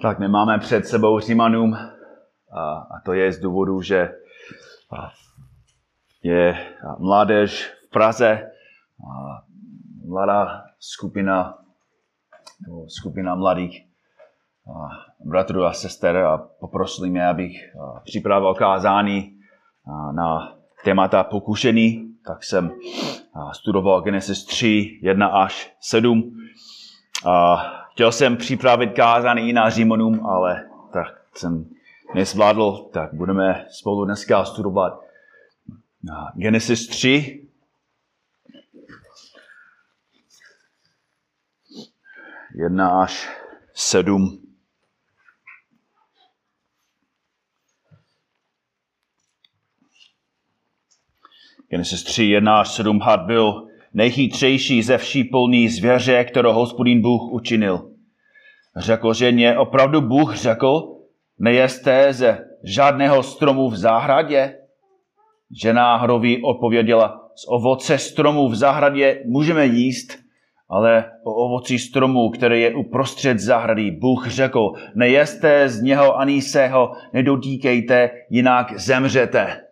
Tak my máme před sebou Římanům a to je z důvodu, že je mládež v Praze, mladá skupina mladých bratrů a sester a poprosili mě, abych připravil kázání na témata pokušení, tak jsem studoval Genesis 3, 1 až 7. Chtěl jsem připravit kázání na Římanům, ale tak jsem nezvládl, tak budeme spolu dneska studovat Genesis 3. Jedna až 7. Genesis 3, 1 až 7. Had byl nejchytřejší ze vší polní zvěře, kterou Hospodin Bůh učinil. Řekl ženě, opravdu Bůh řekl, nejeste ze žádného stromu v zahradě? Žena hroví odpověděla, z ovoce stromu v zahradě můžeme jíst, ale o ovoci stromu, který je uprostřed zahrady, Bůh řekl, nejeste z něho ani se ho nedotýkejte, jinak zemřete.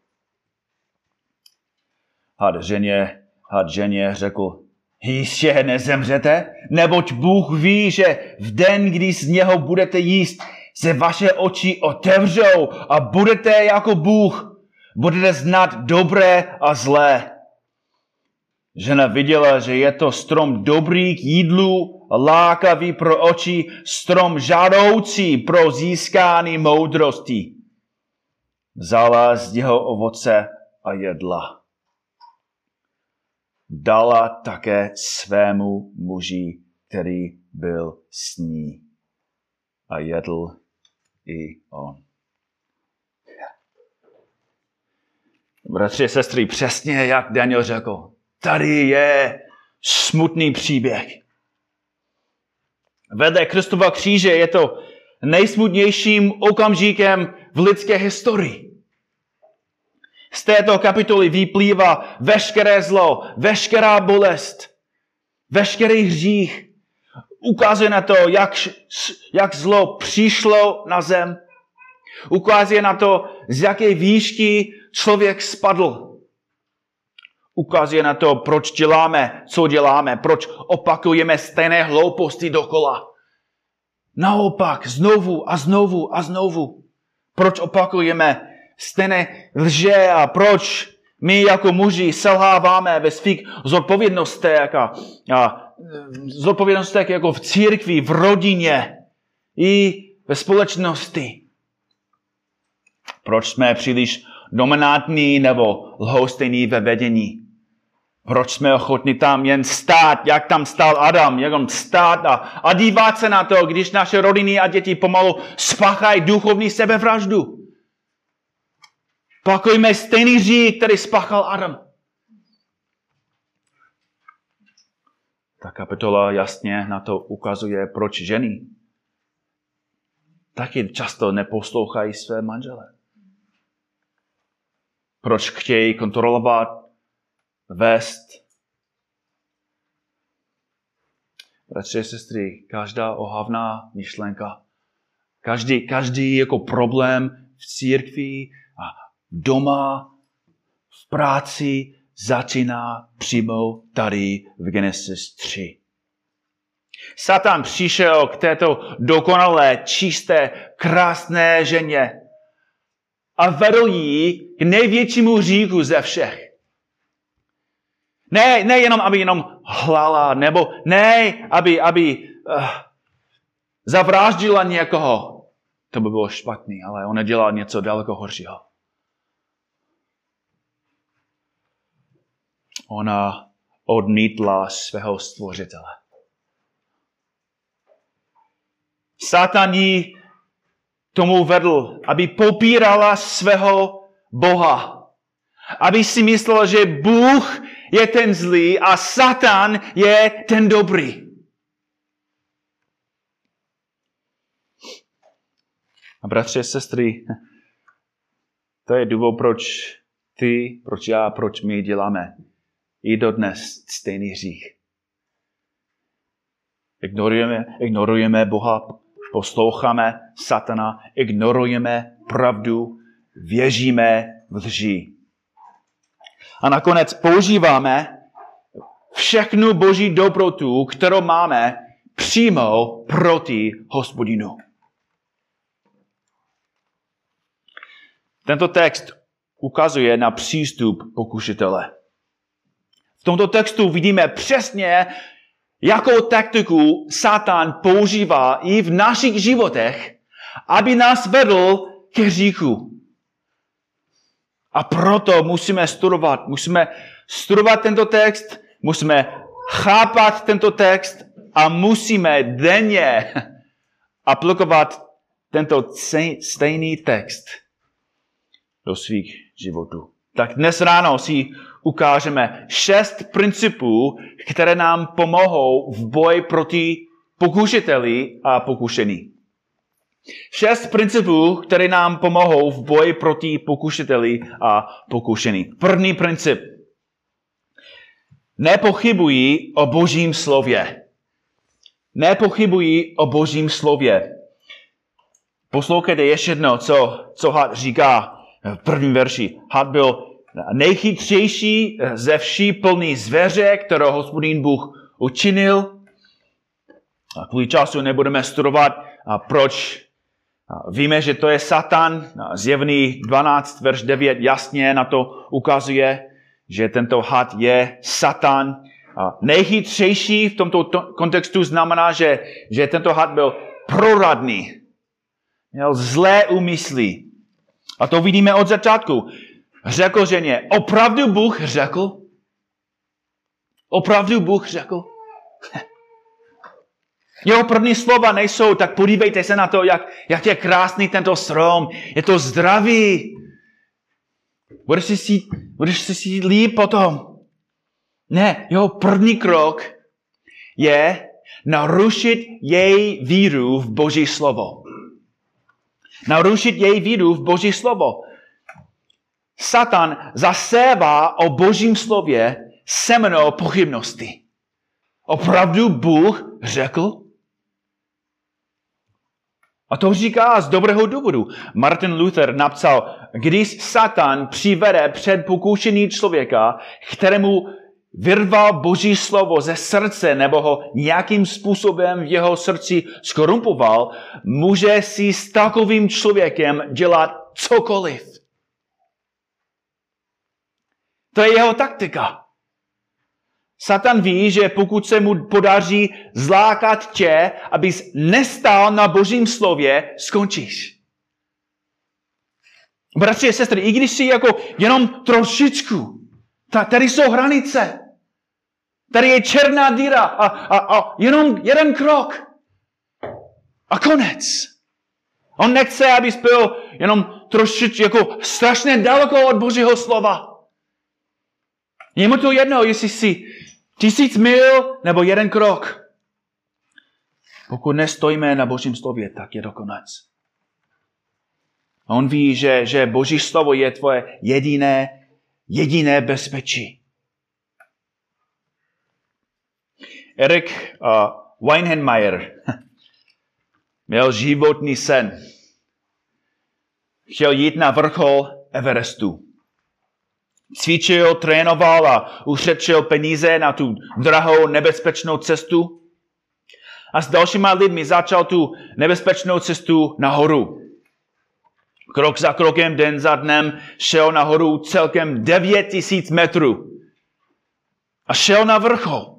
Had ženě řekl, jistě nezemřete, neboť Bůh ví, že v den, kdy z něho budete jíst, se vaše oči otevřou a budete jako Bůh. Budete znát dobré a zlé. Žena viděla, že je to strom dobrý k jídlu, lákavý pro oči, strom žádoucí pro získání moudrosti. Vzala z jeho ovoce a jedla. Dala také svému muži, který byl s ní. A jedl i on. Bratři a sestry, přesně jak Daniel řekl, tady je smutný příběh. Vedle Kristova kříže je to nejsmutnějším okamžikem v lidské historii. Z této kapitoly vyplývá veškeré zlo, veškerá bolest, veškerý hřích. Ukazuje na to, jak zlo přišlo na zem. Ukazuje na to, z jaké výšky člověk spadl. Ukazuje na to, proč děláme, co děláme, proč opakujeme stejné hlouposti dokola. Naopak, znovu a znovu a znovu. Proč opakujeme stejné lže a proč my jako muži selháváme ve svých zodpovědnostech a zodpovědnostech jako v církvi, v rodině i ve společnosti. Proč jsme příliš dominantní nebo lhostejní ve vedení? Proč jsme ochotní tam jen stát, jak tam stál Adam, jak stát a dívat se na to, když naše rodiny a děti pomalu spáchají duchovní sebevraždu? Pakujeme stejný hřích, který spáchal Adam. Ta kapitola jasně na to ukazuje, proč ženy taky často neposlouchají své manžele. Proč chtějí kontrolovat, vést. Bratři a sestry, každá ohavná myšlenka, každý jako problém v církvi a doma, v práci začíná přímo tady v Genesis 3. Satan přišel k této dokonalé, čisté, krásné ženě a vedl ji k největšímu hříchu ze všech. Ne jenom, aby jenom hlala, nebo ne, aby zavraždila někoho. To by bylo špatný, ale ona dělala něco daleko horšího. Ona odmítla svého stvořitele. Satan ji tomu vedl, aby popírala svého Boha. Aby si myslela, že Bůh je ten zlý a Satan je ten dobrý. A bratři a sestry, to je důvod, proč ty, proč já, proč my děláme i dodnes stejný hřích. Ignorujeme Boha v posloucháme satana, ignorujeme pravdu, věříme v lži. A nakonec používáme všechnu boží dobrotu, kterou máme, přímo proti Hospodinu. Tento text ukazuje na přístup pokušitele. V tomto textu vidíme přesně, jakou taktiku Satan používá i v našich životech, aby nás vedl ke hříchu. A proto musíme studovat tento text, musíme chápat tento text a musíme denně aplikovat tento stejný text do svých životů. Tak dnes ráno si ukážeme 6 principů, které nám pomohou v boji proti pokušiteli a pokušení. 6 principů, které nám pomohou v boji proti pokušiteli a pokušení. První princip. Nepochybují o Božím slově. Nepochybují o Božím slově. Poslouchejte ještě jedno, co Had říká v prvním verši. Had byl nejchytřejší ze vší plný zvěře, kterou Hospodin Bůh učinil. A kvůli času nebudeme studovat, proč. Víme, že to je Satan. Zjevný 12, verš 9 jasně na to ukazuje, že tento had je Satan. Nejchytřejší v tomto kontextu znamená, že tento had byl proradný. Měl zlé úmysly. A to vidíme od začátku. Řekl ženě, opravdu Bůh řekl? Opravdu Bůh řekl? Jeho první slova nejsou, tak podívejte se na to, jak je krásný tento strom. Je to zdravý. Budeš si líp potom. Ne, jeho první krok je narušit její víru v Boží slovo. Narušit její víru v Boží slovo. Satan zasévá o Božím slově semeno pochybnosti. Opravdu Bůh řekl? A to říká z dobrého důvodu. Martin Luther napsal, když Satan přivede před pokušení člověka, kterému vyrval Boží slovo ze srdce nebo ho nějakým způsobem v jeho srdci skorumpoval, může si s takovým člověkem dělat cokoliv. To je jeho taktika. Satan ví, že pokud se mu podaří zlákat tě, abys nestál na Božím slově, skončíš. Bratři a sestry, i když jsi jako jenom trošičku, tady jsou hranice. Tady je černá díra a jenom jeden krok. A konec. On nechce, abys byl jenom trošičku jako strašně daleko od Božího slova. Je mu to jedno, jestli jsi 1000 mil nebo jeden krok. Pokud nestojíme na Božím slově, tak je to konec. A on ví, že Boží slovo je tvoje jediné bezpečí. Erik Weihenmayer měl životní sen. Chtěl jít na vrchol Everestu. Cvičil, trénoval a ušetřil peníze na tu drahou, nebezpečnou cestu. A s dalšíma lidmi začal tu nebezpečnou cestu nahoru. Krok za krokem, den za dnem šel nahoru celkem 9000 metrů. A šel na vrchol.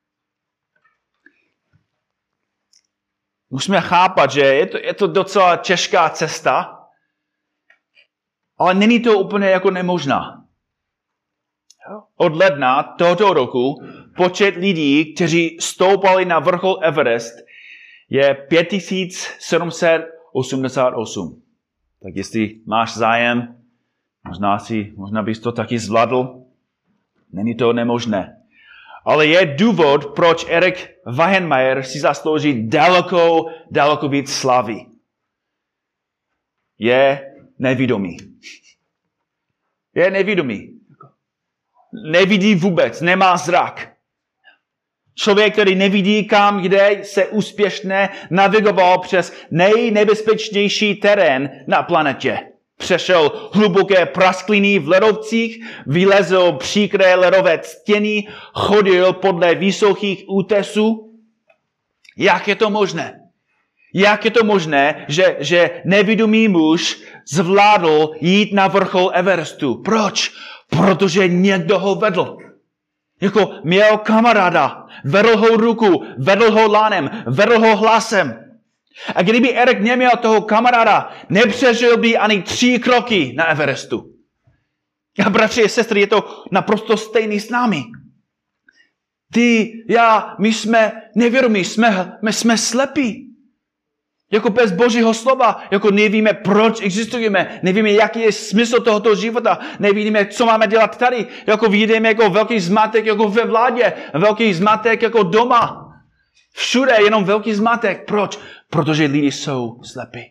Musíme chápat, že je to docela těžká cesta, ale není to úplně jako nemožná. Od ledna tohoto roku počet lidí, kteří stoupali na vrchol Everest, je 5788. Tak jestli máš zájem, možná bys to taky zvládl. Není to nemožné. Ale je důvod, proč Erik Weihenmayer si zaslouží daleko víc slavy. Je nevidomý. Je nevidomý. Nevidí vůbec, nemá zrak. Člověk, který nevidí kam, kde se úspěšně navigoval přes nejnebezpečnější terén na planetě. Přešel hluboké praskliny v ledovcích, vylezl příkré ledové stěny, chodil podle vysokých útesů. Jak je to možné? Jak je to možné, že nevidomý muž zvládl jít na vrchol Everestu? Proč? Protože někdo ho vedl. Jako měl kamaráda, vedl ho ruku, vedl ho lánem, vedl ho hlasem. A kdyby Erik neměl toho kamaráda, nepřežil by ani 3 kroky na Everestu. A bratři a sestry, je to naprosto stejný s námi. Ty, já, my jsme nevědomí, jsme slepí. Jako bez Božího slova, jako nevíme, proč existujeme, nevíme, jaký je smysl tohoto života, nevíme, co máme dělat tady, jako vidíme jako velký zmatek jako ve vládě, velký zmatek jako doma. Všude jenom velký zmatek. Proč? Protože lidi jsou slepí.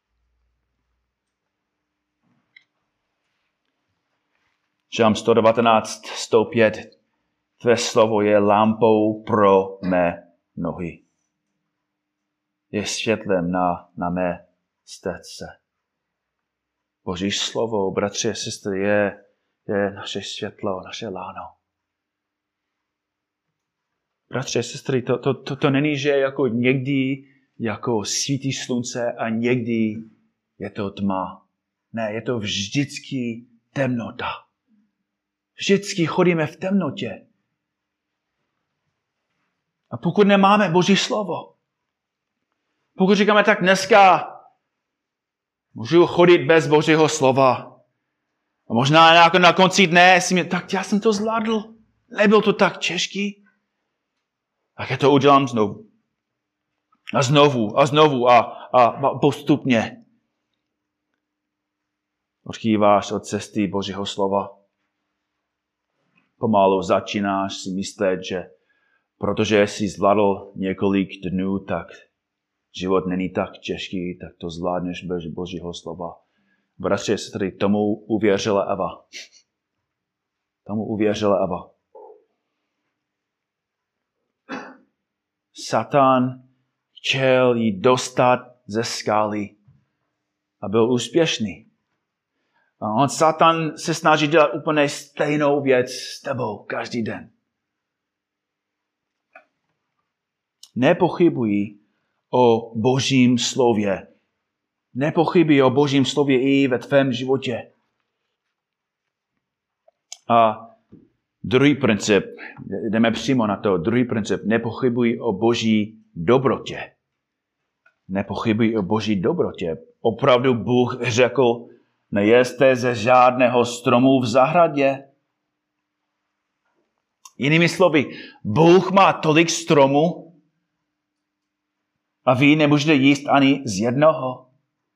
Žalm 119, 105. Tvé slovo je lampou pro mé nohy. Je světlem na mé stezce. Boží slovo, bratři a sestry, je naše světlo, naše láno. Bratři a sestry, to není, že jako někdy jako svítí slunce a někdy je to tma. Ne, je to vždycky temnota. Vždycky chodíme v temnotě. A pokud nemáme Boží slovo, pokud říkáme tak dneska, můžu chodit bez Božího slova. A možná na konci dne si mě, tak já jsem to zvládl. Nebyl to tak těžký. Tak já to udělám znovu. A znovu, a znovu, a postupně. Odchýváš od cesty Božího slova. Pomalu začínáš si myslet, že protože jsi zvládl několik dnů, tak život není tak těžký, tak to zvládneš bez Božího slova. Bratři a sestry, tomu uvěřila Eva. Tomu uvěřila Eva. Satan chtěl jí dostat ze skály a byl úspěšný. A Satan se snaží dělat úplně stejnou věc s tebou každý den. Nepochybuji o Božím slově. Nepochybuji o Božím slově i ve tvém životě. A druhý princip, jdeme přímo na to, druhý princip, nepochybuji o Boží dobrotě. Nepochybuji o Boží dobrotě. Opravdu Bůh řekl, nejeste ze žádného stromu v zahradě. Jinými slovy, Bůh má tolik stromů, a vy nemůžete jíst ani z jednoho.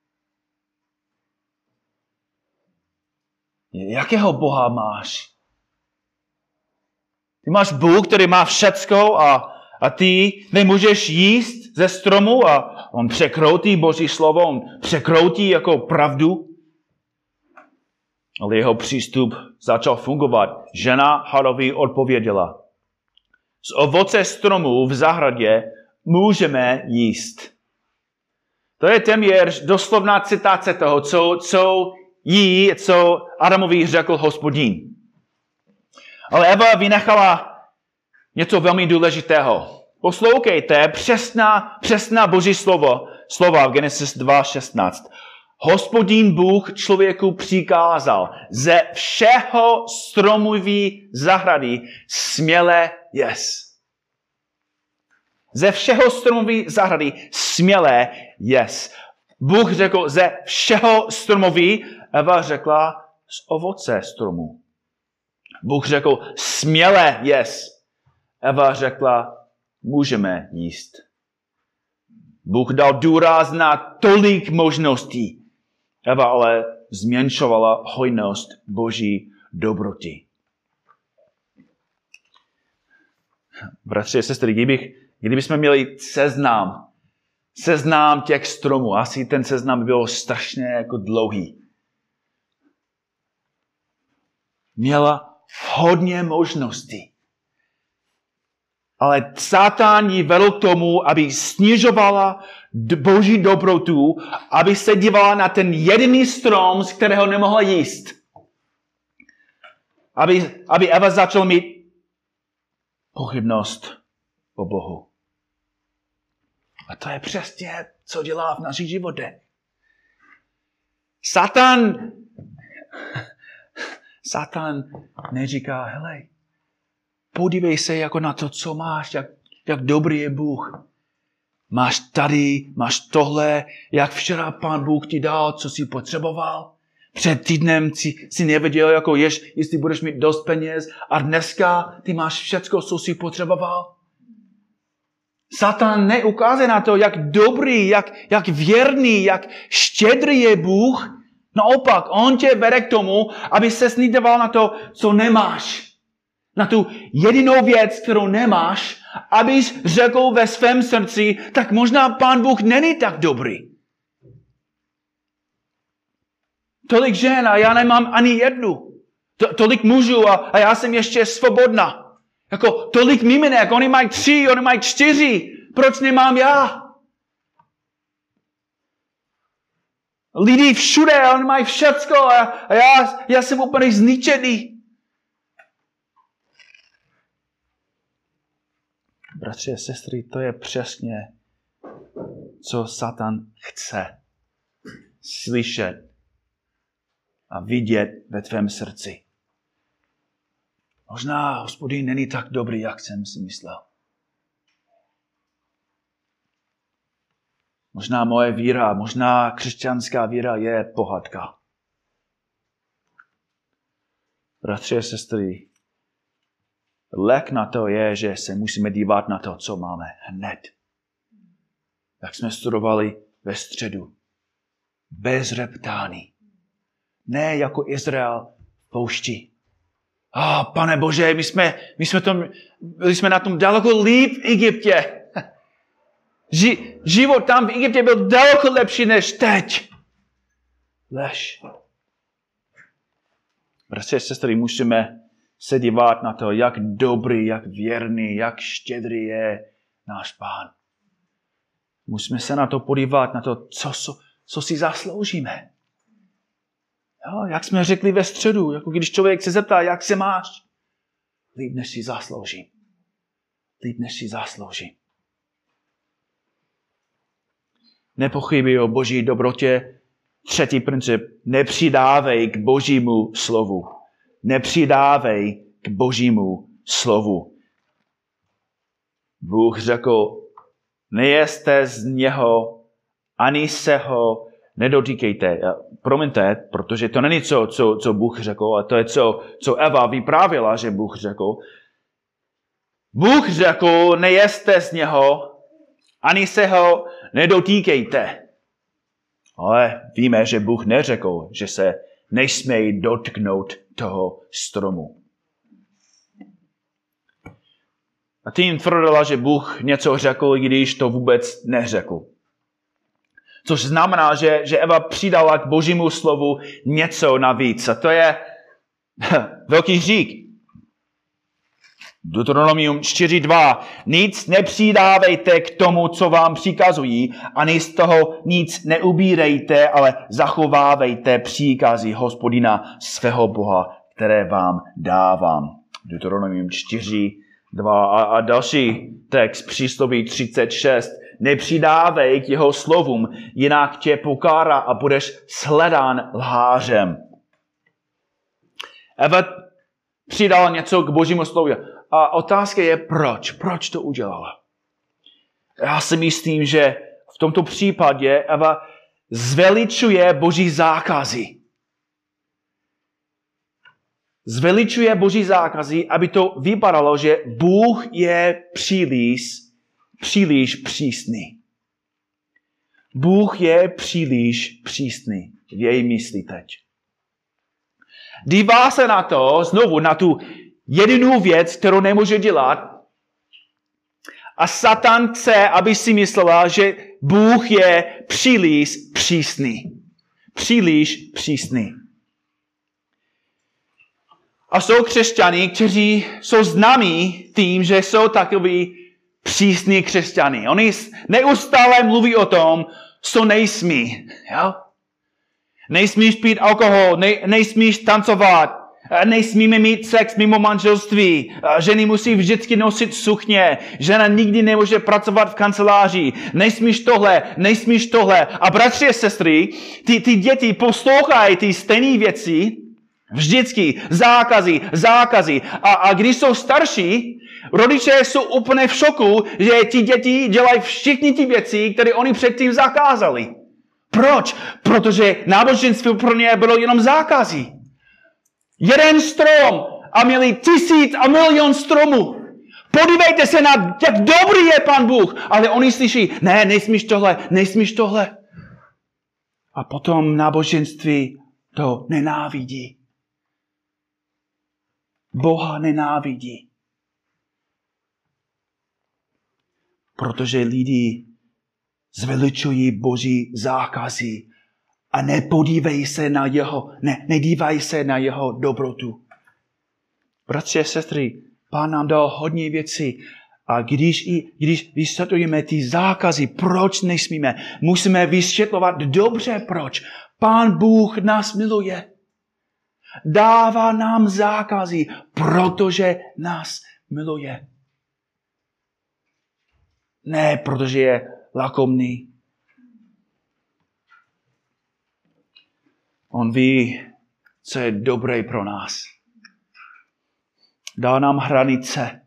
Jakého Boha máš? Ty máš Bůh, který má všecko a ty nemůžeš jíst ze stromu a on překroutí Boží slovo, on překroutí jako pravdu. Ale jeho přístup začal fungovat. Žena Harovi odpověděla. Z ovoce stromu v zahradě můžeme jíst. To je téměř doslovná citace toho, co Adamovi řekl Hospodin. Ale Eva vynechala něco velmi důležitého. Poslouchejte přesná Boží slova v Genesis 2.16. Hospodin Bůh člověku přikázal, ze všeho stromový zahrady směle jest. Ze všeho stromový zahrady směle jest. Bůh řekl ze všeho stromový, Eva řekla z ovoce stromu. Bůh řekl směle jest. Eva řekla můžeme jíst. Bůh dal důraz na tolik možností. Eva ale zmenšovala hojnost Boží dobroti. Bratři a sestry, kdybychom měli seznam těch stromů, asi ten seznam by byl strašně jako dlouhý. Měla hodně možností. Ale Satan ji vedl k tomu, aby snižovala Boží dobrotu, aby se dívala na ten jediný strom, z kterého nemohla jíst. Aby Eva začala mít pochybnost o Bohu. A to je přesně, co dělá v našich životech. Satan neříká, hele, podívej se jako na to, co máš, jak dobrý je Bůh. Máš tady, máš tohle, jak včera Pán Bůh ti dal, co jsi potřeboval. Před týdnem si nevěděl, jako jestli budeš mít dost peněz a dneska ty máš všecko, co jsi potřeboval. Satan neukazuje na to, jak dobrý, jak věrný, jak štědrý je Bůh. Naopak, on tě vede k tomu, aby se snidoval na to, co nemáš. Na tu jedinou věc, kterou nemáš, abys řekl ve svém srdci, tak možná Pán Bůh není tak dobrý. Tolik žen a já nemám ani jednu. Tolik mužů a já jsem ještě svobodná. Jako tolik miminek, oni mají 3, oni mají 4. Proč nemám já? Lidi všude, oni mají všecko a já jsem úplně zničený. Bratři a sestry, to je přesně, co Satan chce slyšet a vidět ve tvém srdci. Možná Hospodin není tak dobrý, jak jsem si myslel. Možná moje víra, možná křesťanská víra je pohádka. Bratři a sestry, lék na to je, že se musíme dívat na to, co máme hned. Jak jsme studovali ve středu. Bez reptání. Ne jako Izrael v poušti. Pane Bože, byli jsme na tom daleko líp v Egyptě. Život tam v Egyptě byl daleko lepší než teď. Lež. Bratři a sestry, musíme se dívat na to, jak dobrý, jak věrný, jak štědrý je náš Pán. Musíme se na to podívat, na to, co si zasloužíme. Jo, jak jsme řekli ve středu, jako když člověk se zeptá, jak se máš, líp než si zasloužím. Líp než si zasloužím. Nepochybuji o Boží dobrotě. 3. princip. Nepřidávej k Božímu slovu. Nepřidávej k Božímu slovu. Bůh řekl, nejeste z něho, ani se ho nedotýkejte. Promiňte, protože to není co Bůh řekl, a to je, co Eva vyprávěla, že Bůh řekl. Bůh řekl, nejeste z něho, ani se ho nedotýkejte. Ale víme, že Bůh neřekl, že se nesmějí dotknout toho stromu. A tím tvrdila, že Bůh něco řekl, i když to vůbec neřekl. Což znamená, že Eva přidala k Božímu slovu něco navíc. A to je velký hřích. Deuteronomium 4.2. Nic nepřidávejte k tomu, co vám přikazují, ani z toho nic neubírejte, ale zachovávejte příkazy Hospodina svého Boha, které vám dávám. Deuteronomium 4.2. A další text, Přísloví 36. Nepřidávej k jeho slovům, jinak tě pokára a budeš shledán lhářem. Eva přidala něco k Božímu slovu. A otázka je, proč? Proč to udělala? Já si myslím, že v tomto případě Eva zveličuje Boží zákazy. Zveličuje Boží zákazy, aby to vypadalo, že Bůh je příliš přísný. Bůh je příliš přísný v její mysli teď. Dívá se na to, znovu na tu jedinou věc, kterou nemůže dělat. A Satan chce, aby si myslela, že Bůh je příliš přísný. Příliš přísný. A jsou křesťané, kteří jsou známí tím, že jsou takový přísní křesťané. Oni neustále mluví o tom, co nejsmí. Jo? Nesmíš pít alkohol, nesmíš tancovat, nesmíme mít sex mimo manželství, ženy musí vždycky nosit sukně, žena nikdy nemůže pracovat v kanceláři, nesmíš tohle. A bratři a sestry, ty děti poslouchají ty stejné věci, vždycky zákazy. A když jsou starší, rodiče jsou úplně v šoku, že ti děti dělají všechny ty věci, které oni předtím zakázali. Proč? Protože náboženství pro ně bylo jenom zákazy. Jeden strom a měli 1000 a milion stromů. Podívejte se na, jak dobrý je Pán Bůh. Ale oni slyší, ne, nesmíš tohle. A potom náboženství to nenávidí. Boha nenávidí. Protože lidi zveličují Boží zákazy a nedívají se na jeho dobrotu. Bratři a sestry, Pán nám dal hodně věcí a když vysvětlujeme ty zákazy, proč nesmíme, musíme vysvětlovat dobře proč. Pán Bůh nás miluje. Dává nám zákazy, protože nás miluje. Ne, protože je lakomný. On ví, co je dobré pro nás. Dá nám hranice,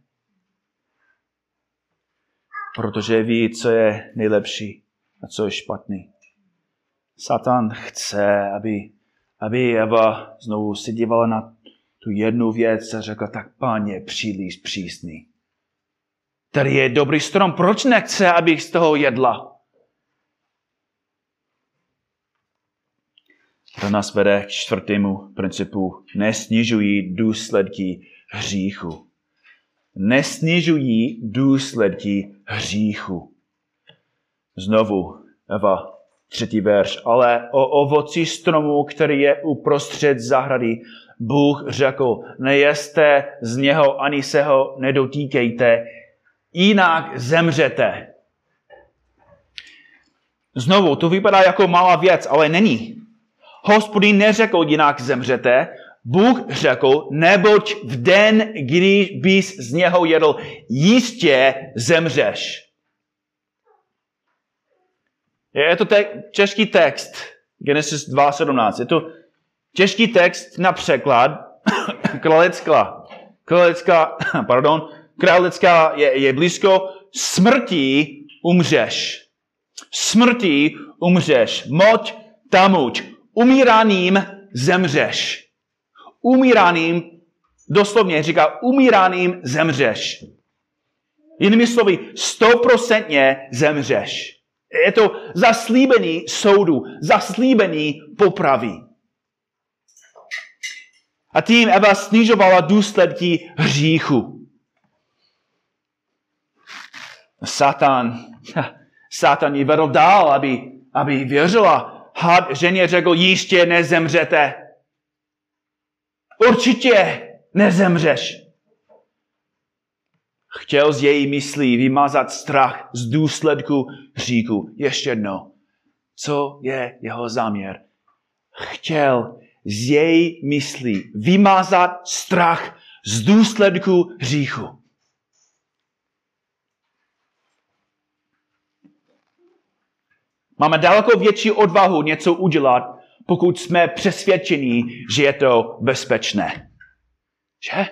protože ví, co je nejlepší a co je špatný. Satan chce, aby Eva znovu se dívala na tu jednu věc a řekla, tak Pán je příliš přísný. Tady je dobrý strom, proč nechce, abych z toho jedla? To nás vede k 4. principu. Nesnižují důsledky hříchu. Nesnižují důsledky hříchu. Znovu, Eva, 3. verš. Ale o ovoci stromu, který je uprostřed zahrady, Bůh řekl, nejeste z něho, ani se ho nedotýkejte, jinak zemřete. Znovu, to vypadá jako malá věc, ale není. Hospodin neřekl, jinak zemřete. Bůh řekl, neboť v den, když bys z něho jedl, jistě zemřeš. Je to český text, Genesis 2.17. Je to český text na překlad. Králická je blízko. Smrti umřeš. Smrti umřeš. Moť tamuč. Umíráním zemřeš. Umíráním, doslovně říká, umíráním zemřeš. Jinými slovy, 100% zemřeš. Je to zaslíbení soudu, zaslíbení popravy. A tím Eva snižovala důsledky hříchu. Satan ji vedl dál, aby věřila. Had ženě řekl, jistě nezemřete. Určitě nezemřeš. Chtěl z její myslí vymazat strach z důsledku hříchu. Ještě jednou. Co je jeho záměr? Chtěl z její myslí vymazat strach z důsledku hříchu. Máme daleko větší odvahu něco udělat, pokud jsme přesvědčeni, že je to bezpečné. Že?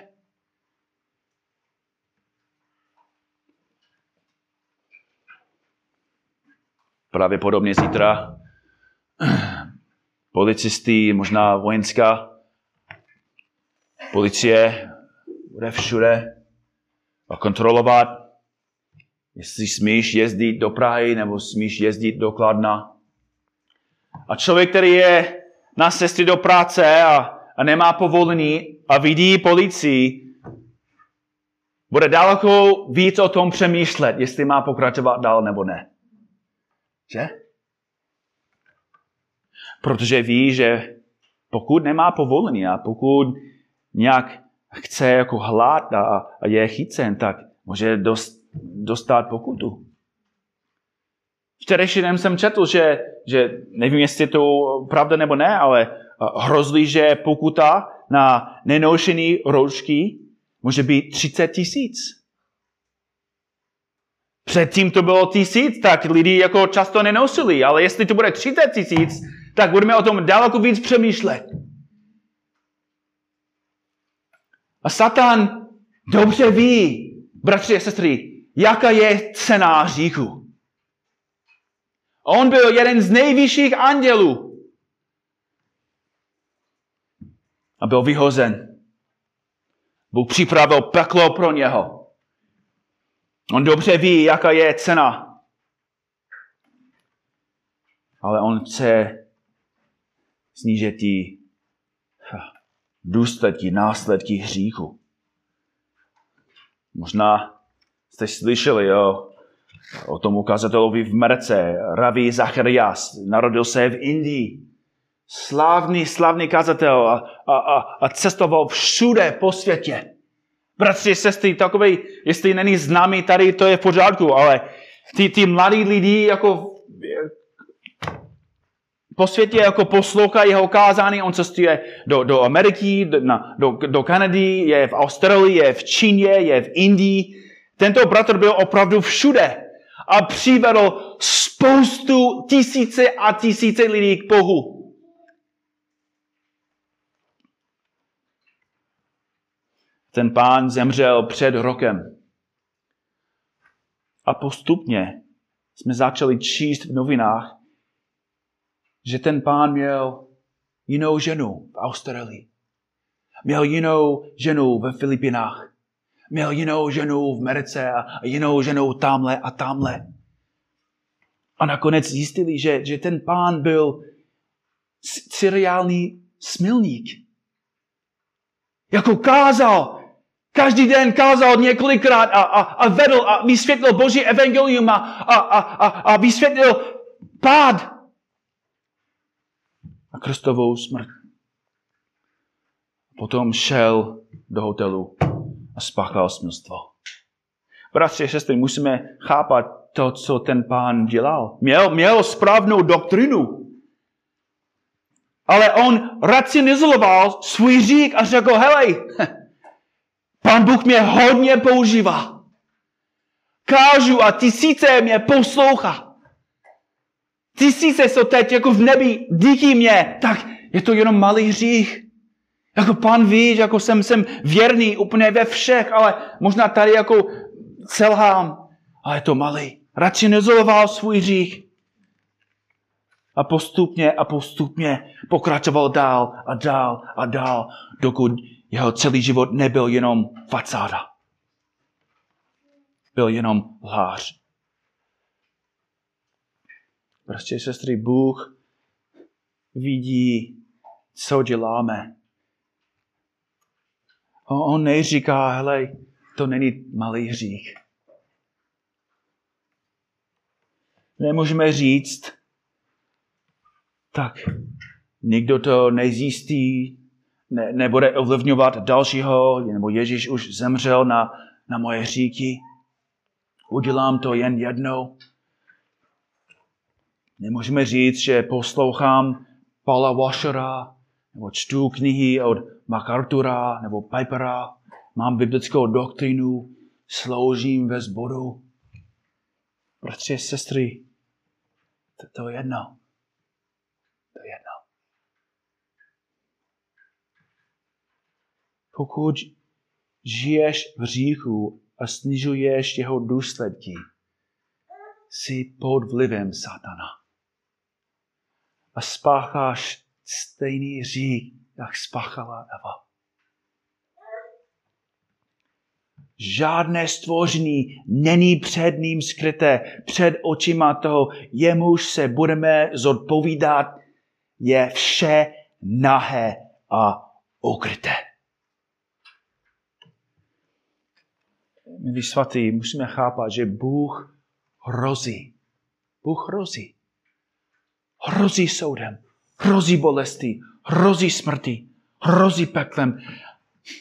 Pravděpodobně zítra policisty, možná vojenská policie bude všude a kontrolovat, jestli smíš jezdit do Prahy nebo smíš jezdit do Kladna. A člověk, který je na cestě do práce a nemá povolení a vidí policii, bude daleko víc o tom přemýšlet, jestli má pokračovat dál nebo ne. Že? Protože ví, že pokud nemá povolení a pokud nějak chce jako hlad a je chycen, tak může dostat pokutu. Včerejší den jsem četl, že nevím, jestli je to pravda nebo ne, ale hrozí, že pokuta na nenošený roušky může být 30 000. Předtím to bylo 1000, tak lidi jako často nenosili, ale jestli to bude 30 000, tak budeme o tom daleko víc přemýšlet. A Satan dobře ví, bratři a sestry, jaká je cena hříchu. On byl jeden z nejvyšších andělů a byl vyhozen. Bůh připravil peklo pro něho. On dobře ví, jaká je cena. Ale on chce snížit ty důsledky, následky hříchu. Možná jste slyšeli o tom ukazatelovi v Americe. Ravi Zacharias narodil se v Indii. Slavný kazatel a cestoval všude po světě. Bratři, sestry, takový, jestli není známý tady, to je v pořádku, ale ty mladí lidi jako po světě jako poslouchají jeho kázání, on cestuje do Ameriky, do Kanady, je v Austrálii, je v Číně, je v Indii. Tento bratr byl opravdu všude a přivedl spoustu tisíce a tisíce lidí k Bohu. Ten pán zemřel před rokem. A postupně jsme začali číst v novinách, že ten pán měl jinou ženu v Austrálii. Měl jinou ženu ve Filipinách. Měl jinou ženu v Americe a jinou ženu tamhle a tamhle. A nakonec zjistili, že ten pán byl seriální smilník. Jako kázal. Každý den kázal několikrát a vedl a vysvětlil Boží evangelium a vysvětlil pád a Kristovou smrt. Potom šel do hotelu a spáchal smilstvo. Bratři a sestry, musíme chápat to, co ten pán dělal. Měl správnou doktrinu. Ale on racionalizoval svůj hřích a řekl, helej, Pán Bůh mě hodně používá. Kážu a tisíce mě poslouchá. Tisíce jsou teď jako v nebi díky mě. Tak je to jenom malý hřích. Jako Pán ví, že jako jsem věrný úplně ve všech, ale možná tady jako selhám. Ale je to malý. Racionalizoval svůj hřích. A postupně pokračoval dál, dokud jeho celý život nebyl jenom fasáda. Byl jenom lhář. Prostě, sestry, Bůh vidí, co děláme. On neříká, hele, to není malý hřích. Nemůžeme říct, tak nikdo to nezjistí, nebude ovlivňovat dalšího, nebo Ježíš už zemřel na moje hříchy. Udělám to jen jednou. Nemůžeme říct, že poslouchám Paula Washera, nebo čtu knihy od MacArthura, nebo Pipera, mám biblickou doktrínu, sloužím ve sboru. Bratři a sestry, to je jedno. Pokud žiješ v hříchu a snižuješ jeho důsledky, jsi pod vlivem Satana. A spácháš stejný hřích, jak spáchala Eva. Žádné stvoření není před ním skryté, před očima toho, jemuž se budeme zodpovídat, je vše nahé a ukryté. Milí svatí, musíme chápat, že Bůh hrozí. Bůh hrozí. Hrozí soudem, hrozí bolestí, hrozí smrti, hrozí peklem.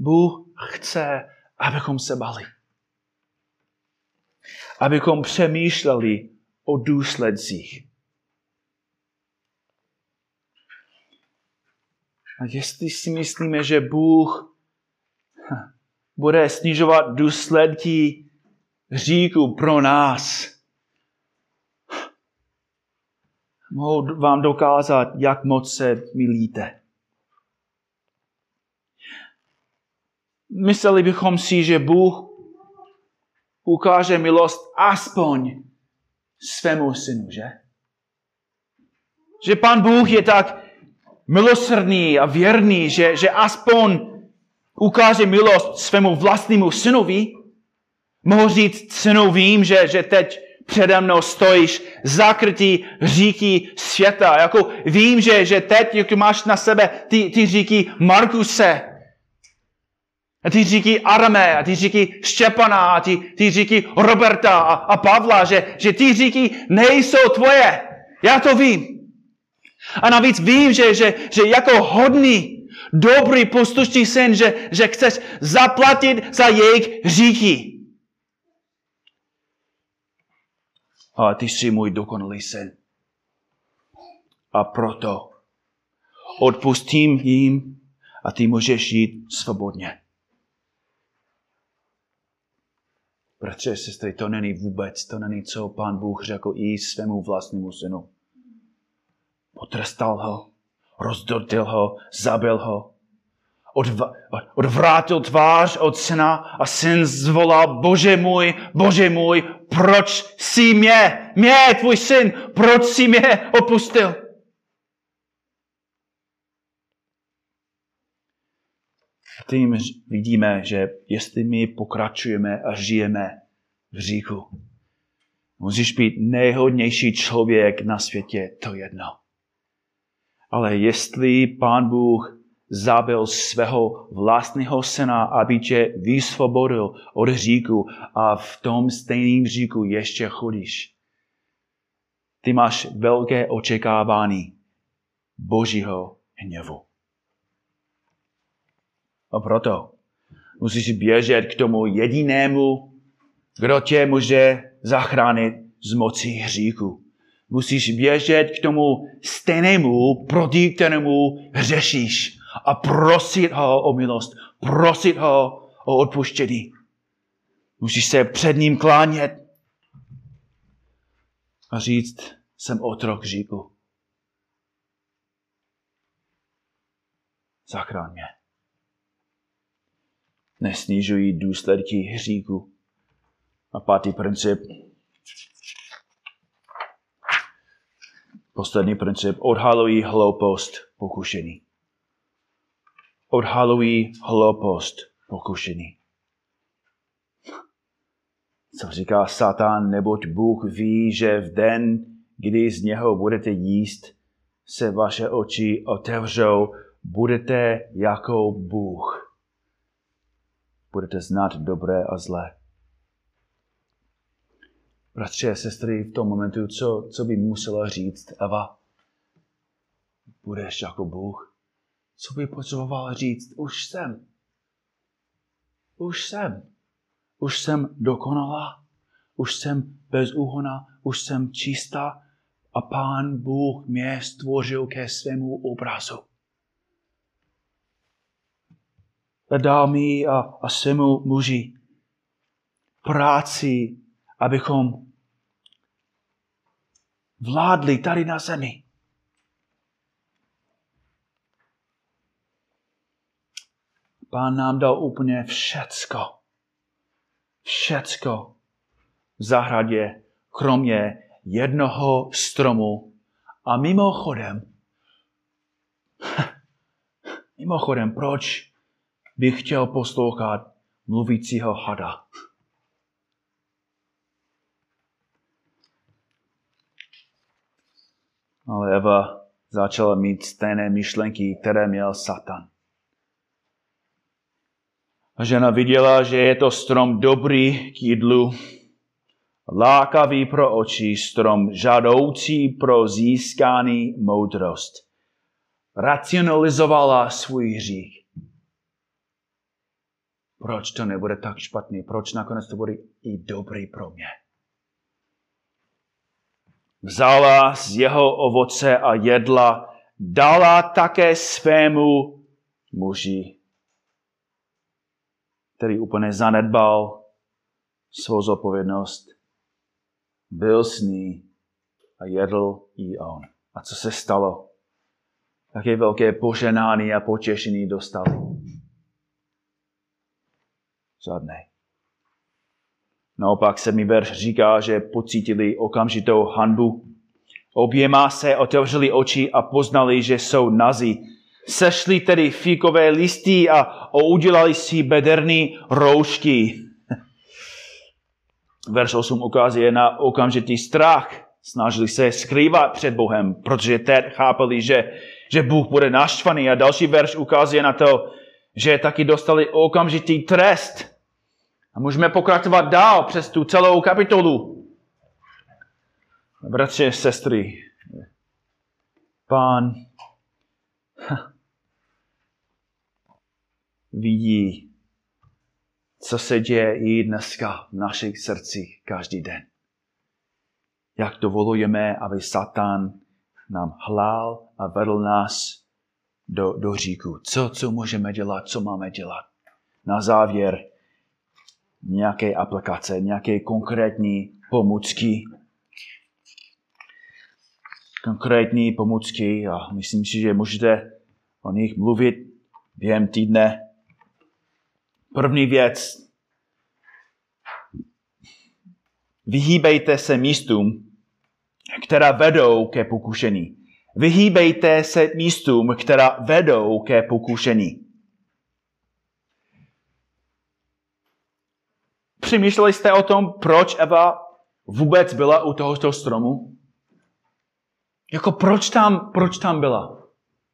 Bůh chce, abychom se bali. Abychom přemýšleli o důsledcích. A jestli si myslíme, že Bůh bude snižovat důsledky hříchu pro nás, mohu vám dokázat, jak moc se mýlíte. Mysleli bychom si, že Bůh ukáže milost aspoň svému synu, že? Že Pán Bůh je tak milosrdný a věrný, že aspoň ukáže milost svému vlastnímu synovi. Mohu říct synu, vím, že teď přede mnou stojíš zakrytý hříchy světa. Jako vím, že teď jak máš na sebe ty hříchy Markuse, a ty hříchy Arame, a ty hříchy Štěpana, a ty hříchy Roberta a Pavla, že ty hříchy nejsou tvoje. Já to vím. A navíc vím, že jako hodný, dobrý, poslušný syn, že chceš zaplatit za jejich hříchy. Ale ty jsi můj dokonalý syn. A proto odpustím jim a ty můžeš žít svobodně. Bratře, sestry, to není, co Pán Bůh řekl i svému vlastnímu synu. Potrestal ho, rozdortil ho, zabil ho, odvrátil tvář od syna a syn zvolal, Bože můj, proč jsi mě, tvůj syn, proč jsi mě opustil? Tím vidíme, že jestli my pokračujeme a žijeme v hříchu, můžeš být nejhodnější člověk na světě, to jedno. Ale jestli Pán Bůh zabil svého vlastního syna, aby tě vysvobodil od hříchu a v tom stejném hříchu ještě chodíš, ty máš velké očekávání Božího hněvu. A proto musíš běžet k tomu jedinému, kdo tě může zachránit z moci hříchu. Musíš běžet k tomu stejnému, proti kterému hřešíš a prosit ho o milost, prosit ho o odpuštění. Musíš se před ním klánět a říct, jsem otrok hříchu. Zachraň mě. Nesnižují důsledky hříchu. A pátý princip. Poslední princip. Odhalují hloupost pokušení. Odhalují hloupost pokušení. Co říká Satan, neboť Bůh ví, že v den, kdy z něho budete jíst, se vaše oči otevřou, budete jako Bůh. Budete znát dobré a zlé. Bratři a sestry, v tom momentu, co by musela říct Eva? Budeš jako Bůh. Co by potřebovala říct? Už jsem dokonalá. Už jsem bezúhonná. Už jsem čistá. A Pán Bůh mě stvořil ke svému obrazu. A dal mi a svému muži práci, abychom vládli tady na zemi. Pán nám dal úplně všecko v zahradě, kromě jednoho stromu. A mimochodem, proč bych chtěl poslouchat mluvícího hada? Ale Eva začala mít stejné myšlenky, které měl Satan. A žena viděla, že je to strom dobrý k jídlu, lákavý pro oči, strom žádoucí pro získání moudrost. Racionalizovala svůj hřích. proč to nebude tak špatný, proč nakonec to bude i dobrý pro mě. Vzala z jeho ovoce a jedla, dala také svému muži, který úplně zanedbal svou zodpovědnost. Byl s ní a jedl i on. A co se stalo? Jaké velké poženání a potěšení dostali? Žádné. Naopak 7. verš říká, že pocítili okamžitou hanbu. Oběma se otevřeli oči a poznali, že jsou nazí. Sešli tedy fíkové listy a udělali si bederní roušky. Verš 8 ukazuje na okamžitý strach. Snažili se skrývat před Bohem, protože teď chápali, že Bůh bude naštvaný. A další verš ukazuje na to, že taky dostali okamžitý trest. A můžeme pokračovat dál přes tu celou kapitolu. Bratři, sestry, Pán vidí, co se děje i dneska v našich srdcích každý den. Jak dovolujeme, aby Satan nám hlál a vedl nás do říku. Co můžeme dělat, co máme dělat. Na závěr nějaké aplikace, nějaké konkrétní pomůcky. Konkrétní pomůcky a myslím si, že můžete o nich mluvit během týdne. První věc. Vyhýbejte se místům, která vedou ke pokušení. Vyhýbejte se místům, která vedou ke pokušení. Přemýšleli jste o tom, proč Eva vůbec byla u tohoto stromu? Jako proč tam byla?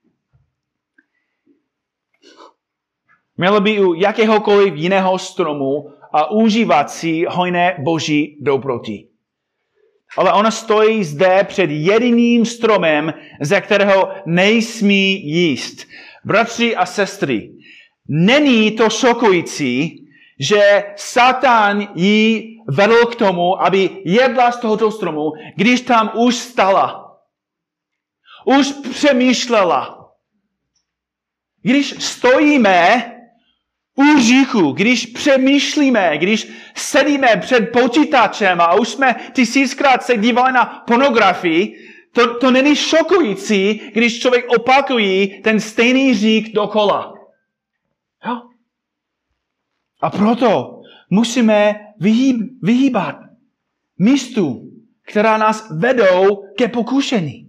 Měla by u jakéhokoliv jiného stromu a užívat si hojné boží dobroty. Ale ona stojí zde před jediným stromem, ze kterého nesmí jíst. Bratři a sestry, není to šokující, že Satan jí vedl k tomu, aby jedla z tohoto stromu, když tam už stala. Už přemýšlela. Když stojíme u říchu, když přemýšlíme, když sedíme před počítačem a už jsme 1000krát se dívali na pornografii, to není šokující, když člověk opakuje ten stejný řík dokola. Jo? A proto musíme vyhýbat místu, která nás vedou ke pokušení.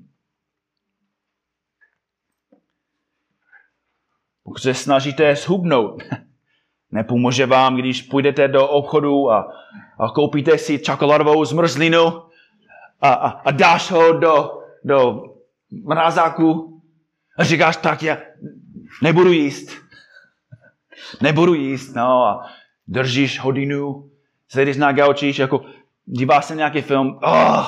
Pokud se snažíte zhubnout, nepomůže vám, když půjdete do obchodu a koupíte si čokoládovou zmrzlinu a dáš ho do mrazáku a říkáš tak, já nebudu jíst. Nebudu jíst, no a držíš hodinu, sedíš na gauči, jako díváš se nějaký film,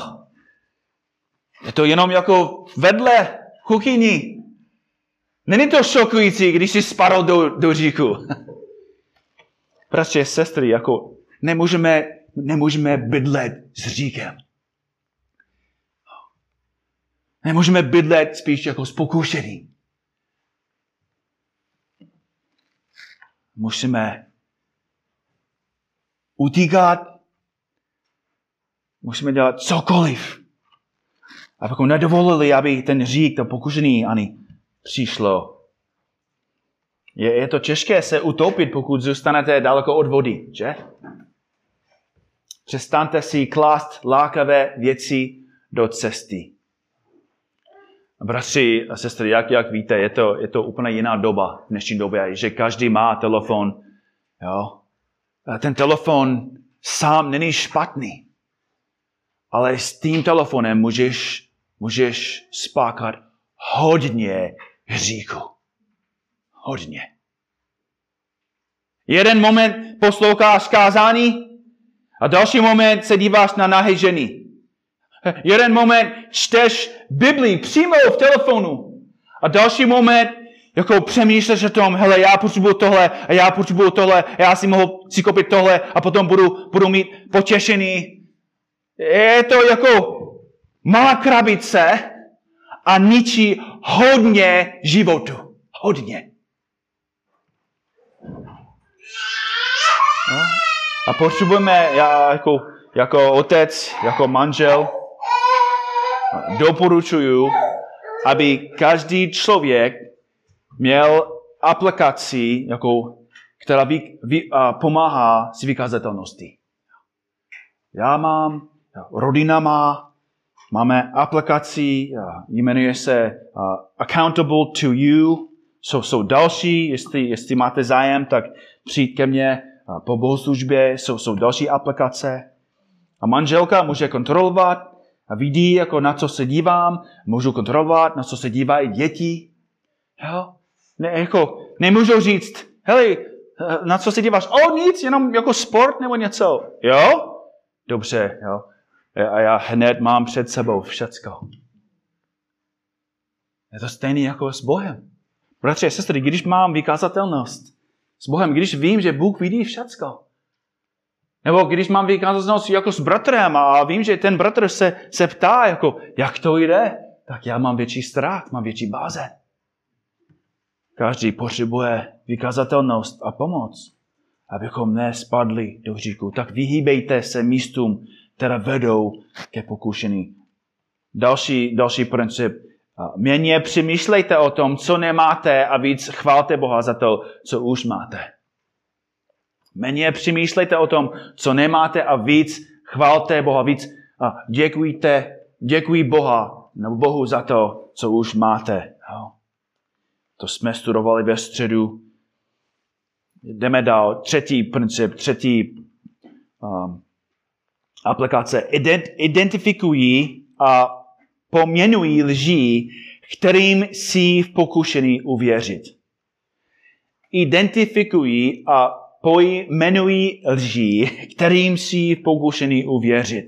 je to jenom jako vedle kuchyni. Není to šokující, když jsi spadl do říku. Bratři, sestry, jako nemůžeme bydlet s říkem. Nemůžeme bydlet spíš jako s pokušením. Musíme utíkat. Musíme dělat cokoliv. Abychom nedovolili, aby ten řík, to pokušení ani přišlo. Je to těžké se utopit, pokud zůstanete daleko od vody, že? Přestaňte si klást lákavé věci do cesty. Bratři a sestry, jak víte, je to úplně jiná doba v dnešní době, že každý má telefon. Jo? A ten telefon sám není špatný. Ale s tím telefonem můžeš spáchat hodně hříchu. Hodně. Jeden moment posloucháš kázání a další moment se díváš na nahé ženy. Jeden moment čteš Biblii přímo v telefonu a další moment jako přemýšleš o tom, hele, já potřebuju tohle a já potřebuju tohle, já si mohu si koupit tohle a potom budu mít potěšený. Je to jako malá krabice a ničí hodně životu. Hodně. No. A potřebujeme, já jako otec, jako manžel, doporučuju, aby každý člověk měl aplikaci, která pomáhá s vykazatelností. Já mám, rodina máme aplikaci, jmenuje se Accountable to You. Jsou další, jestli máte zájem, tak přijď ke mně po bohoslužbě, jsou další aplikace. A manželka může kontrolovat a vidí, jako na co se dívám, můžu kontrolovat, na co se dívají děti. Jo? Nemůžu říct, hele, na co se díváš? Nic, jenom jako sport nebo něco. Jo? Dobře, jo. A já hned mám před sebou všecko. Je to stejný jako s Bohem. Bratři a sestry, když mám vykazatelnost s Bohem, když vím, že Bůh vidí všecko. Nebo když mám vykazatelnost jako s bratrem a vím, že ten bratr se ptá, jako, jak to jde, tak já mám větší strach, mám větší báze. Každý potřebuje vykazatelnost a pomoc, abychom nespadli do hříchu. Tak vyhýbejte se místům, které vedou ke pokušení. Další princip. Méně přemýšlejte o tom, co nemáte a víc chválte Boha za to, co už máte. Méně přemýšlejte o tom, co nemáte a víc chválte Boha, víc děkuji Bohu za to, co už máte. To jsme studovali ve středu. Jdeme dál. Třetí princip, aplikace. Identifikují a poměnují lži, kterým si v pokušení uvěřit. Identifikují a pojmenují lži, kterým si v pokušení uvěřit.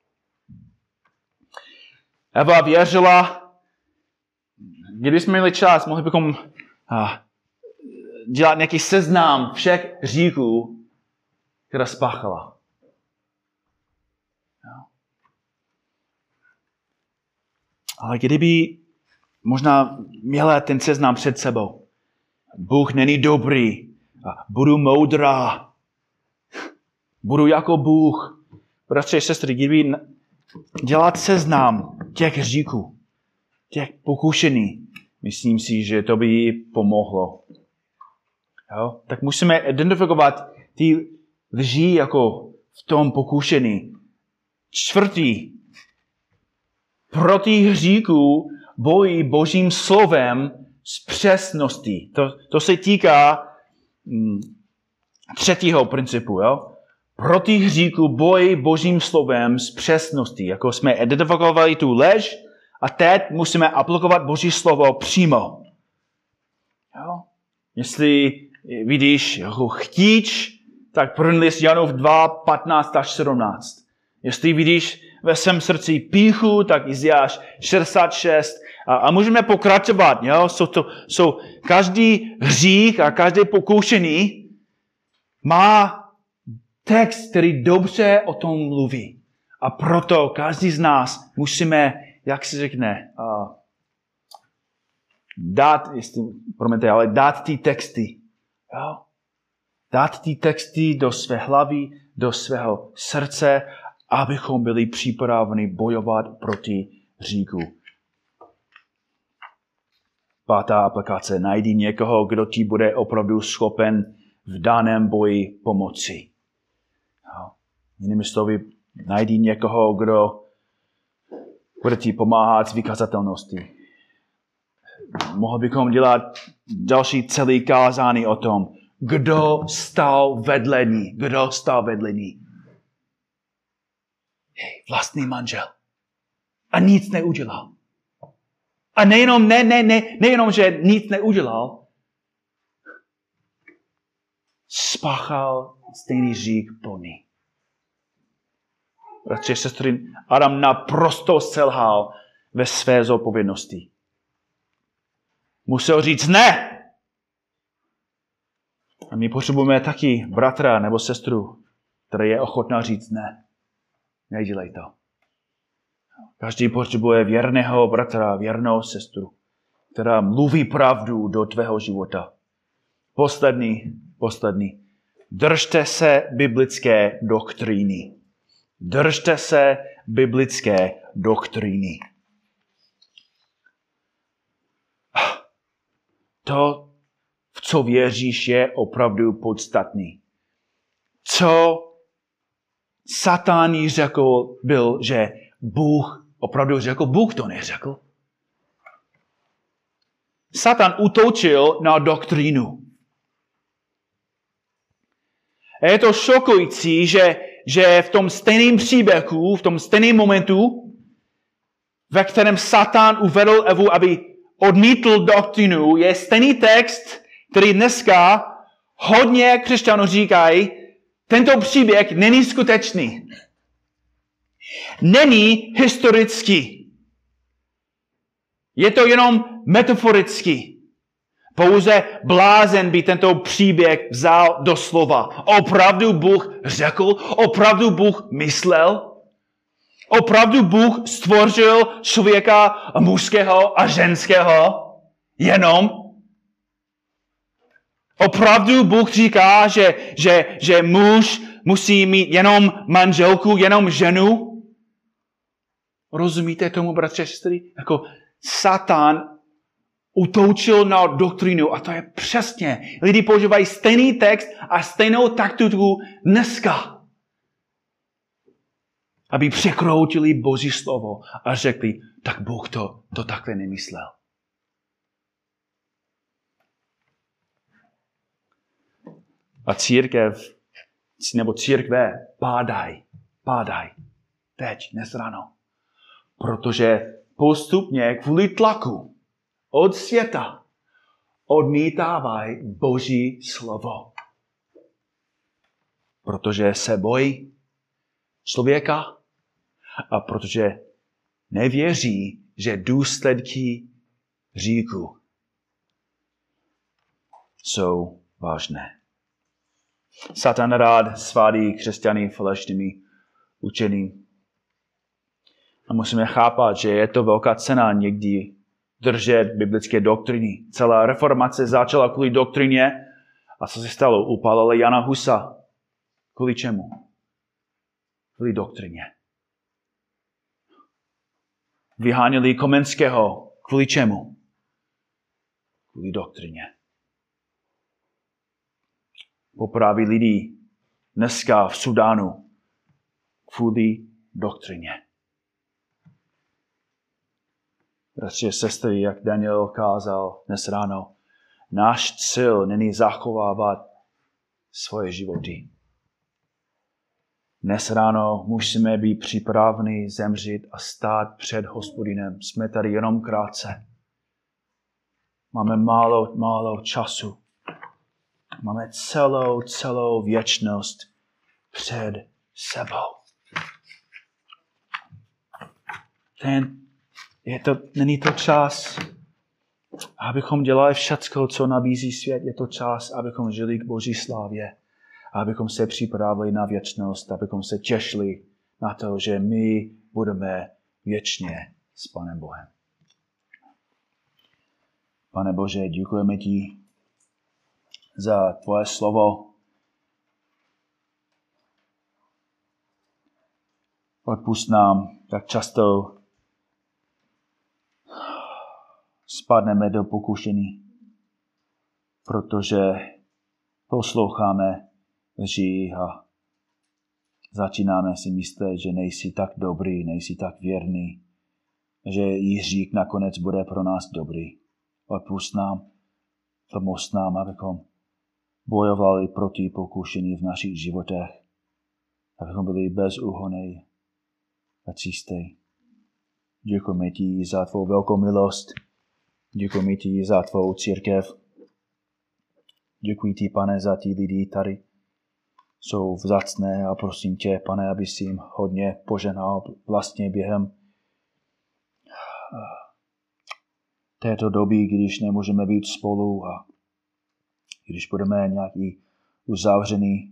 Eva věřila. Kdybychom měli čas, mohli bychom dělat nějaký seznam všech hříchů, která spáchala. Ale kdyby možná měla ten seznam před sebou. Bůh není dobrý. Budu moudrá. Budu jako Bůh. Bratři a sestry, kdyby dělat seznam těch hříchů, těch pokušení, myslím si, že to by jí pomohlo. Jo? Tak musíme identifikovat ty lži jako v tom pokušení. Čtvrtý. Proti hříchu bojí Božím slovem s přesností. To se týká třetího principu. Jo? Proti hříchu bojí Božím slovem s přesností. Jako jsme identifikovali tu lež, a teď musíme aplikovat Boží slovo přímo. Jo? Jestli vidíš jako chtíč, tak první list Janův 2, 15 až 17. Jestli vidíš ve svém srdci pýchu, tak Izajáš 66. A můžeme pokračovat. Jo? Každý hřích a každé pokušení má text, který dobře o tom mluví. A proto každý z nás musíme, jak se řekne, dát ty texty. Jo? Dát ty texty do své hlavy, do svého srdce, abychom byli připraveni bojovat proti hříchu. Pátá aplikace. Najdi někoho, kdo ti bude opravdu schopen v daném boji pomoci. Jo? Jinými slovy, najdi někoho, kdo bude ti pomáhat s vykazatelností. Mohli bychom dělat další celý kázání o tom, kdo stál vedle ní. Kdo stál vedle ní. Vlastní manžel. A nic neudělal. A nejenom, že nic neudělal, spáchal stejný hřích po ní. Bratři a sestry, Adam naprosto selhal ve své zodpovědnosti. musel říct ne. A my potřebujeme taky bratra nebo sestru, která je ochotná říct ne. Nedělej to. Každý potřebuje věrného bratra, věrnou sestru, která mluví pravdu do tvého života. Poslední. Držte se biblické doktríny. Držte se biblické doktríny. To, v co věříš, je opravdu podstatný. Co Satan řekl, byl, že Bůh opravdu řekl, Bůh to neřekl. Satan útočil na doktrínu. A je to šokující, že v tom stejném příběhu, v tom stejném momentu, ve kterém Satan uvedl Evu, aby odmítl doktrínu, je stejný text, který dneska hodně křesťanů říkají, tento příběh není skutečný. Není historický. Je to jenom metaforický. Pouze blázen by tento příběh vzal do slova. Opravdu Bůh řekl? Opravdu Bůh myslel? Opravdu Bůh stvořil člověka mužského a ženského? Jenom? Opravdu Bůh říká, že muž musí mít jenom manželku, jenom ženu? Rozumíte tomu, bratře a sestry? Jako Satan útočil na doktrínu a to je přesně. Lidi používají stejný text a stejnou taktiku dneska, aby překroutili Boží slovo a řekli, tak Bůh to takhle nemyslel. A církve pádaj. Teď, dnes ráno. Protože postupně kvůli tlaku od světa odmítávají Boží slovo. Protože se bojí člověka a protože nevěří, že důsledky hříchu jsou vážné. Satan rád svádí křesťany falešnými učení. A musíme chápat, že je to velká cena někdy držet biblické doktriny. Celá reformace začala kvůli doktrině a co se stalo? Upálili Jana Husa. Kvůli čemu? Kvůli doktrině. Vyháněli Komenského. Kvůli čemu? Kvůli doktrině. Popraví lidi dneska v Sudánu kvůli doktrině. Bratři a sestry, jak Daniel kázal dnes ráno, náš cíl není zachovávat svoje životy. Dnes ráno musíme být připraveni zemřít a stát před Hospodinem. Jsme tady jenom krátce. Máme málo času. Máme celou věčnost před sebou. Není to čas, abychom dělali všecko, co nabízí svět. Je to čas, abychom žili k Boží slávě. Abychom se připravili na věčnost. Abychom se těšili na to, že my budeme věčně s Panem Bohem. Pane Bože, děkujeme ti za tvoje slovo. Odpusť nám, jak často spadneme do pokušení, protože posloucháme lži a začínáme si myslet, že nejsi tak dobrý, nejsi tak věrný, že hřích nakonec bude pro nás dobrý. Odpusť nám, pomoz nám, abychom bojovali proti pokušení v našich životech, abychom byli bezúhonní a čistí. Děkujeme ti za tvou velkou milost. Děkujeme ti za tvou církev. Děkuji ti, Pane, za ti lidi tady. Jsou vzácné a prosím tě, Pane, aby si jim hodně požehnal vlastně během této doby, když nemůžeme být spolu a když budeme nějaký uzavřený,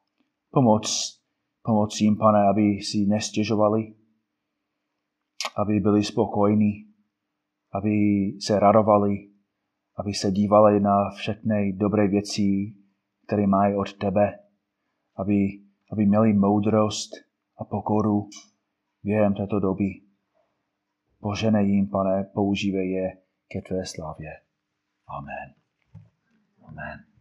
pomoc jim, Pane, aby si nestěžovali, aby byli spokojní, aby se radovali, aby se dívali na všechny dobré věci, které mají od tebe, aby měli moudrost a pokoru během této doby. Poženej jim, Pane, používej je ke tvé slávě. Amen. Amen.